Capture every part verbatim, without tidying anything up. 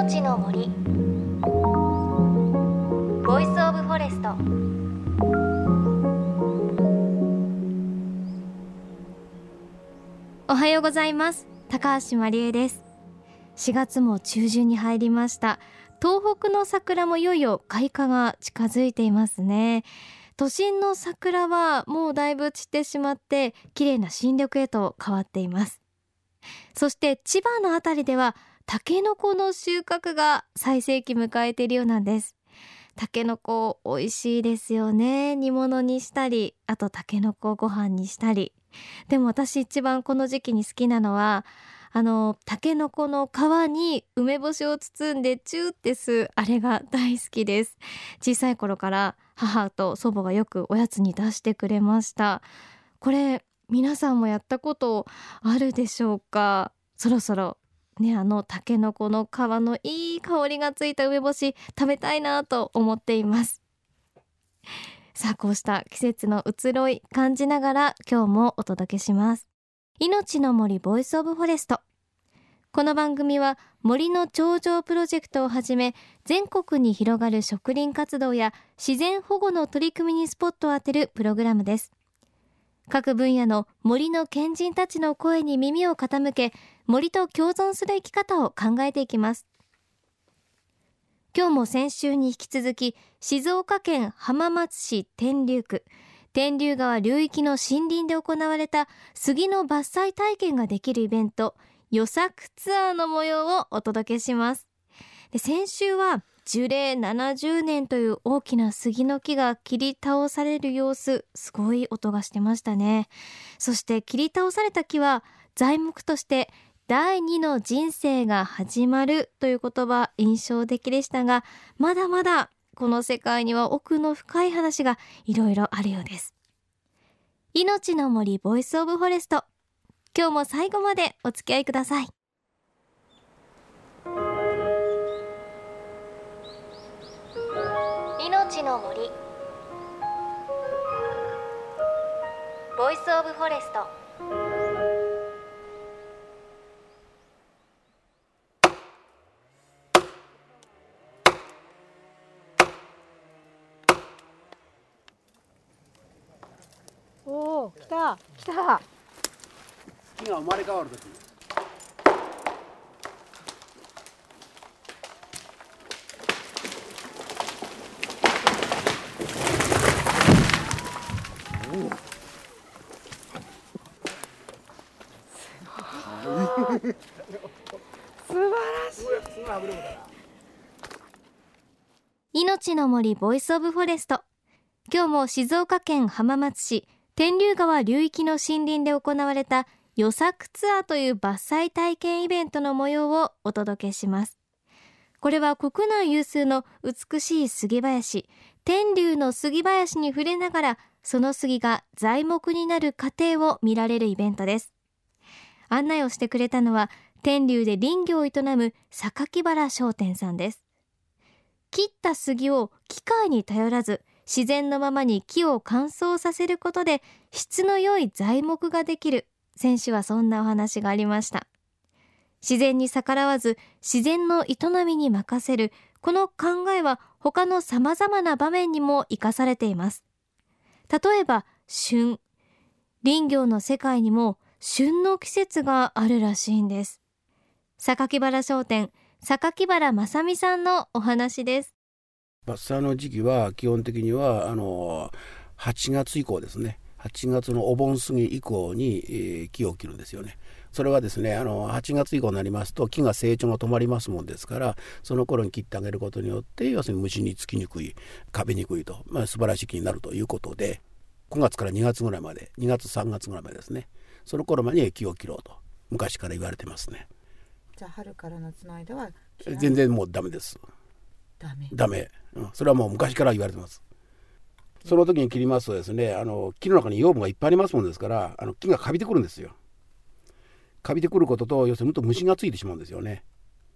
命の森ボイスオブフォレスト。おはようございます。高橋真理恵です。しがつも中旬に入りました。東北の桜もいよいよ開花が近づいていますね。都心の桜はもうだいぶ散ってしまって綺麗な新緑へと変わっています。そして千葉のあたりではタケノコの収穫が最盛期迎えているようなんです。タケノコ美味しいですよね。煮物にしたり、あとタケノコご飯にしたり。でも私一番この時期に好きなのはあのタケノコの皮に梅干しを包んでチューって吸うあれが大好きです。小さい頃から母と祖母がよくおやつに出してくれました。これ皆さんもやったことあるでしょうか。そろそろね、あのタケノコの皮のいい香りがついた梅干し食べたいなと思っています。さあ、こうした季節の移ろい感じながら今日もお届けします。命の森ボイスオブフォレスト。この番組は森の頂上プロジェクトをはじめ全国に広がる植林活動や自然保護の取り組みにスポットを当てるプログラムです。各分野の森の賢人たちの声に耳を傾け、森と共存する生き方を考えていきます。今日も先週に引き続き静岡県浜松市天竜区天竜川流域の森林で行われた杉の伐採体験ができるイベント予作ツアーの模様をお届けします。で、先週は樹齢ななじゅうねんという大きな杉の木が切り倒される様子、すごい音がしてましたね。そして切り倒された木は材木として第二の人生が始まるという言葉、印象的でしたが、まだまだこの世界には奥の深い話がいろいろあるようです。命の森ボイスオブフォレスト、今日も最後までお付き合いください。命の森ボイスオブフォレスト。 おー、来た来た。 木が生まれ変わるとき素晴らしい。 命の森ボイスオブフォレスト。今日も静岡県浜松市天竜川流域の森林で行われた予作ツアーという伐採体験イベントの模様をお届けします。これは国内有数の美しい杉林、天竜の杉林に触れながらその杉が材木になる過程を見られるイベントです。案内をしてくれたのは天竜で林業を営む榊原商店さんです。切った杉を機械に頼らず自然のままに木を乾燥させることで質の良い材木ができる。先週はそんなお話がありました。自然に逆らわず自然の営みに任せるこの考えは他のさまざまな場面にも生かされています。例えば旬、林業の世界にも旬の季節があるらしいんです。榊原商店榊原正美さんのお話です。 伐採の時期は基本的にはあのはちがつ以降ですね。はちがつのお盆過ぎ以降に、えー、木を切るんですよね。それはですね、あのはちがつ以降になりますと木が成長が止まりますもんですから、その頃に切ってあげることによって要するに虫につきにくい、食べにくいと、まあ、素晴らしい木になるということで、くがつからにがつぐらいまで、にがつさんがつぐらいまでですね、その頃までに木を切ろうと昔から言われてますね。 じゃあ春から夏の間は全然もうダメです。 ダメダメ、うん、それはもう昔から言われてます。その時に切りますとですね、あの木の中に養分がいっぱいありますもんですから、あの木がカビてくるんですよ。カビてくることと、要するにもっと虫がついてしまうんですよね。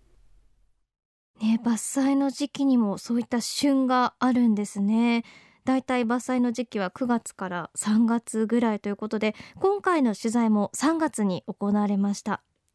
ね、伐採の時期にもそういった旬があるんですね。だいたい伐採の時期はくがつからさんがつぐらいということで、今回の取材もさんがつに行われました。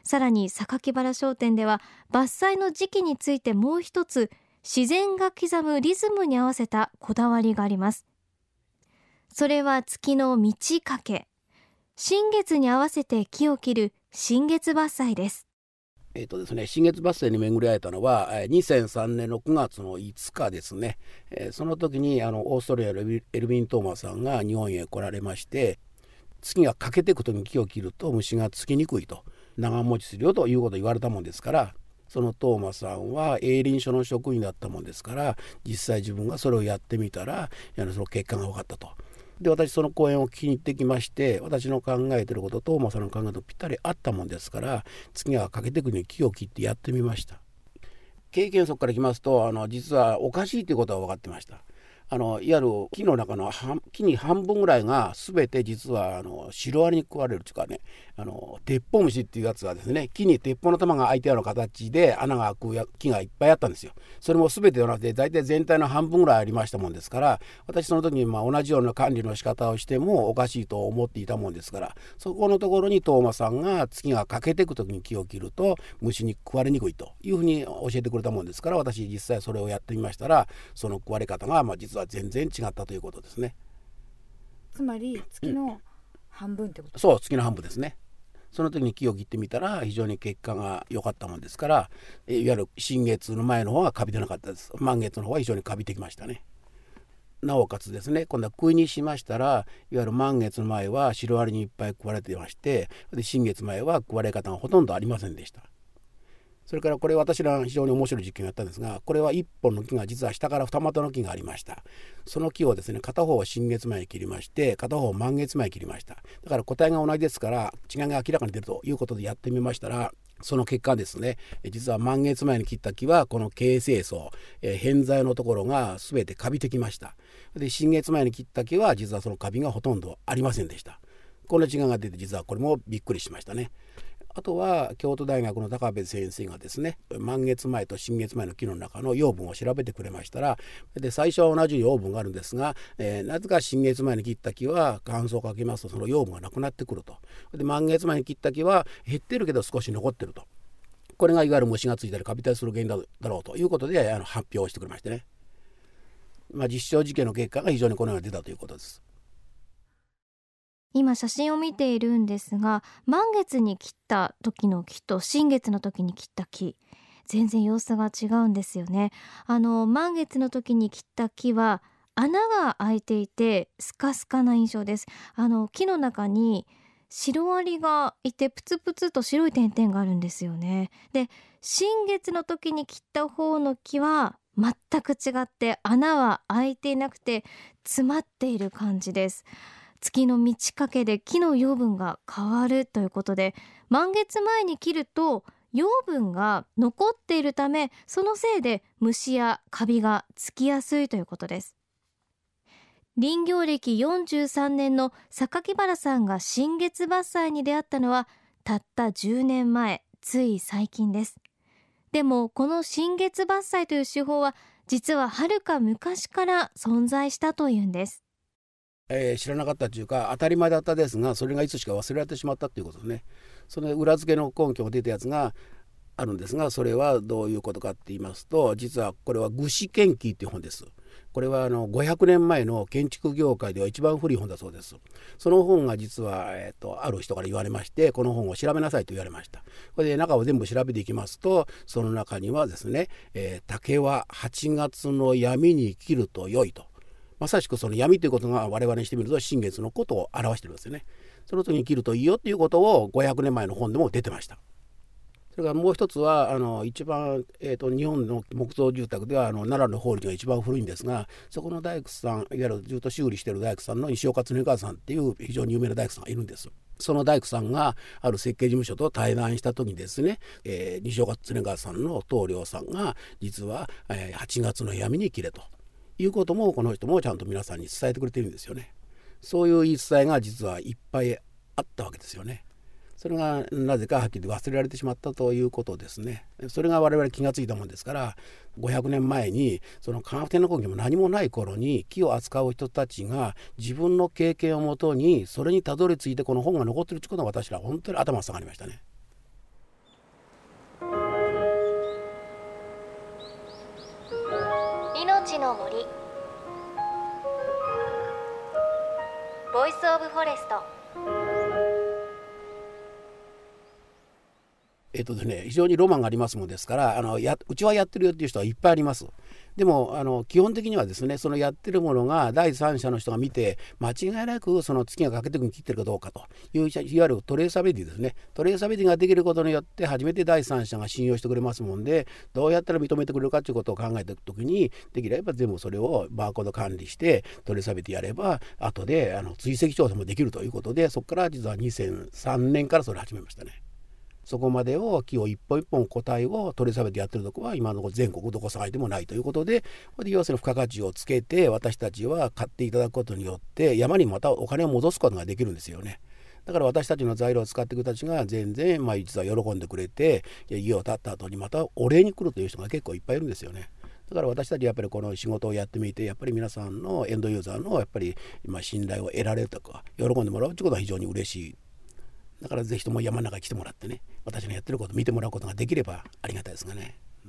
さらに榊原商店では伐採の時期についてもう一つ自然が刻むリズムに合わせたこだわりがあります。それは月の満ち欠け、新月に合わせて木を切る新月伐採です。 えーとですね、新月伐採に巡り会えたのはにせんさんねんのくがつのいつかですね。えー、その時にあのオーストラリアのエルヴィン・トーマさんが日本へ来られまして、月が欠けていくときに木を切ると虫がつきにくいと、長持ちするよということを言われたもんですから、そのトーマさんは営林署の職員だったもんですから、実際自分がそれをやってみたらその結果が分かったと。で、私その講演を聞きに行ってきまして、私の考えていることとトーマさんの考えとぴったり合ったもんですから、月が欠けていくに木を切ってやってみました。経験則からいきますと、あの実はおかしいということは分かってました。あのいわゆる木の中の木に半分ぐらいが全て実はあのシロアリに食われるというかね、あの鉄砲虫っていうやつがですね、木に鉄砲の弾が開いたような形で穴が開く木がいっぱいあったんですよ。それも全てではなくて大体全体の半分ぐらいありましたもんですから、私その時にまあ同じような管理の仕方をしてもおかしいと思っていたもんですから、そこのところにトーマさんが月が欠けていく時に木を切ると虫に食われにくいというふうに教えてくれたもんですから、私実際それをやってみましたら、その食われ方がまあ実は全然違ったということですね。 つまり月の半分ってこと、うん、 そう、月の半分ですね。その時に木を切ってみたら非常に結果が良かったもんですから、いわゆる新月の前の方はカビてなかったです。満月の方は非常にカビてきましたね。なおかつですね、今度は杭にしましたら、いわゆる満月の前はシロアリにいっぱい食われていまして、で新月前は食われ方がほとんどありませんでした。それからこれ私ら非常に面白い実験をやったんですが、これはいっぽんの木が実は下から二股の木がありました。その木をですね、片方を新月前に切りまして片方を満月前に切りました。だから個体が同じですから違いが明らかに出るということでやってみましたら、その結果ですね、実は満月前に切った木はこの形成層、えー、偏在のところが全てカビてきました。で新月前に切った木は実はそのカビがほとんどありませんでした。この違いが出て実はこれもびっくりしましたね。あとは京都大学の高部先生がですね、満月前と新月前の木の中の養分を調べてくれましたら、で最初は同じ養分があるんですが、えー、なぜか新月前に切った木は乾燥をかけますとその養分がなくなってくると。で満月前に切った木は減ってるけど少し残ってると。これがいわゆる虫がついたりカビたりする原因だろうということであの発表してくれましてね、まあ、実証実験の結果が非常にこのように出たということです。 今写真を見ているんですが、満月に切った時の木と新月の時に切った木、全然様子が違うんですよね。あの満月の時に切った木は穴が開いていてスカスカな印象です。あの木の中にシロアリがいてプツプツと白い点々があるんですよね。で新月の時に切った方の木は全く違って穴は開いていなくて詰まっている感じです。月の満ち欠けで木の養分が変わるということで、満月前に切ると養分が残っているため、そのせいで虫やカビがつきやすいということです。林業歴よんじゅうさんねんの榊原さんが新月伐採に出会ったのはたったじゅうねんまえ、つい最近です。でもこの新月伐採という手法は実ははるか昔から存在したというんです。 えー、知らなかったというか当たり前だったですが、それがいつしか忘れられてしまったということですね。その裏付けの根拠が出たやつがあるんですが、それはどういうことかって言いますと、実はこれは具志堅記という本です。これはあのごひゃくねんまえの建築業界では一番古い本だそうです。その本が実は、えー、とある人から言われまして、この本を調べなさいと言われました。これで中を全部調べていきますと、その中にはですね、えー、竹ははちがつの闇に切ると良いと、まさしくその闇ということが我々にしてみると新月のことを表しているんですよね。その時に切るといいよということをごひゃくねんまえの本でも出てました。それからもう一つはあの一番、えー、と日本の木造住宅ではあの奈良の法律が一番古いんですが、そこの大工さん、いわゆるずっと修理している大工さんの西岡恒川さんっていう非常に有名な大工さんがいるんです。その大工さんがある設計事務所と対談した時にですね、えー、西岡恒川さんの棟梁さんが実は、えー、はちがつの闇に切れということもこの人もちゃんと皆さんに伝えてくれているんですよね。そういう言い伝えが実はいっぱいあったわけですよね。それがなぜかはっきり忘れられてしまったということですね。それが我々気がついたもんですから、ごひゃくねんまえにその科学的な根拠も何もない頃に木を扱う人たちが自分の経験をもとにそれにたどり着いてこの本が残っているということが私ら本当に頭が下がりましたね。 の森ボイスオブフォレスト。 えっとですね、非常にロマンがありますものですから、あのやうちはやってるよっていう人はいっぱいあります。でもあの基本的にはですね、そのやってるものが第三者の人が見て間違いなくその月が欠けてくに切ってるかどうかといういわゆるトレーサビリティですね。トレーサビリティができることによって初めて第三者が信用してくれますもんで、どうやったら認めてくれるかということを考えていくときに、できれば全部それをバーコード管理してトレーサビリティやれば後であの追跡調査もできるということで、そこから実はにせんさんねんからそれ始めましたね。そこまでを木を一本一本個体を取り下げてやってるところは今のところ全国どこ探してもないということで、これで要するに付加価値をつけて私たちは買っていただくことによって山にまたお金を戻すことができるんですよね。だから私たちの材料を使っていく人たちが全然、まあ、実は喜んでくれて、家を建った後にまたお礼に来るという人が結構いっぱいいるんですよね。だから私たちやっぱりこの仕事をやってみて、やっぱり皆さんのエンドユーザーのやっぱり今信頼を得られるとか喜んでもらうということは非常に嬉しい。だからぜひとも山の中に来てもらってね、私のやってることを見てもらうことができればありがたいですがね、うん、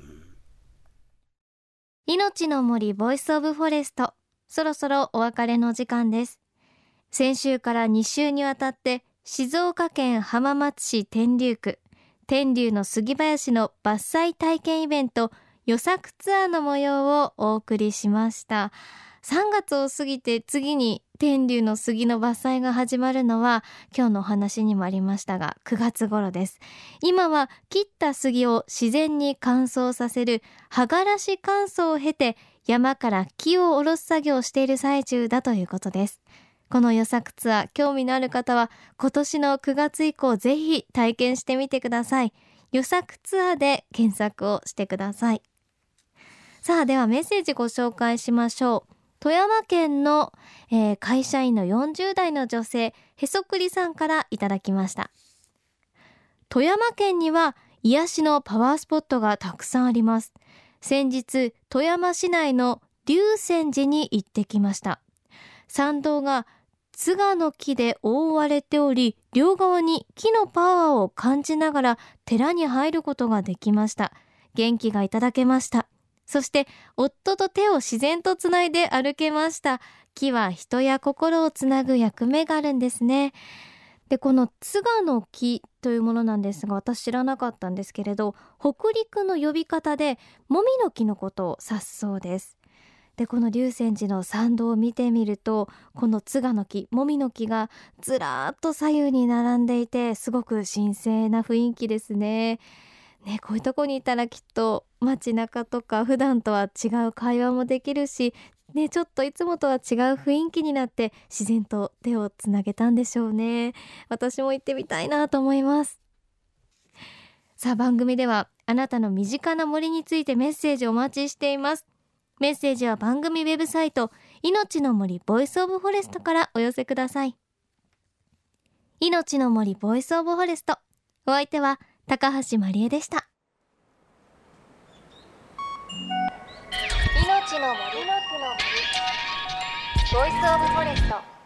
命の森ボイスオブフォレスト、そろそろお別れの時間です。先週からに週にわたって静岡県浜松市天竜区天竜の杉林の伐採体験イベント予作ツアーの模様をお送りしました。さんがつを過ぎて次に天竜の杉の伐採が始まるのは今日のお話にもありましたがくがつ頃です。今は切った杉を自然に乾燥させる葉がらし乾燥を経て山から木を下ろす作業をしている最中だということです。この予作ツアー、興味のある方は今年のくがつ以降ぜひ体験してみてください。予作ツアーで検索をしてください。さあではメッセージご紹介しましょう。富山県の、えー、会社員のよんじゅう代の女性へそくりさんからいただきました。富山県には癒しのパワースポットがたくさんあります。先日富山市内の龍泉寺に行ってきました。参道がツガの木で覆われており、両側に木のパワーを感じながら寺に入ることができました。元気がいただけました。そして夫と手を自然とつないで歩けました。木は人や心をつなぐ役目があるんですね。でこのツガの木というものなんですが、私知らなかったんですけれど、北陸の呼び方でもみの木のことを指すそうです。でこの龍泉寺の参道を見てみると、このツガの木、もみの木がずらーっと左右に並んでいて、すごく神聖な雰囲気ですね。ね、こういうとこにいたらきっと街中とか普段とは違う会話もできるし、ね、ちょっといつもとは違う雰囲気になって自然と手をつなげたんでしょうね。私も行ってみたいなと思います。さあ番組ではあなたの身近な森についてメッセージをお待ちしています。メッセージは番組ウェブサイト命の森ボイスオブフォレストからお寄せください。命の森ボイスオブフォレスト、お相手は高橋まりえでした。命の森ボイスオブフォレスト。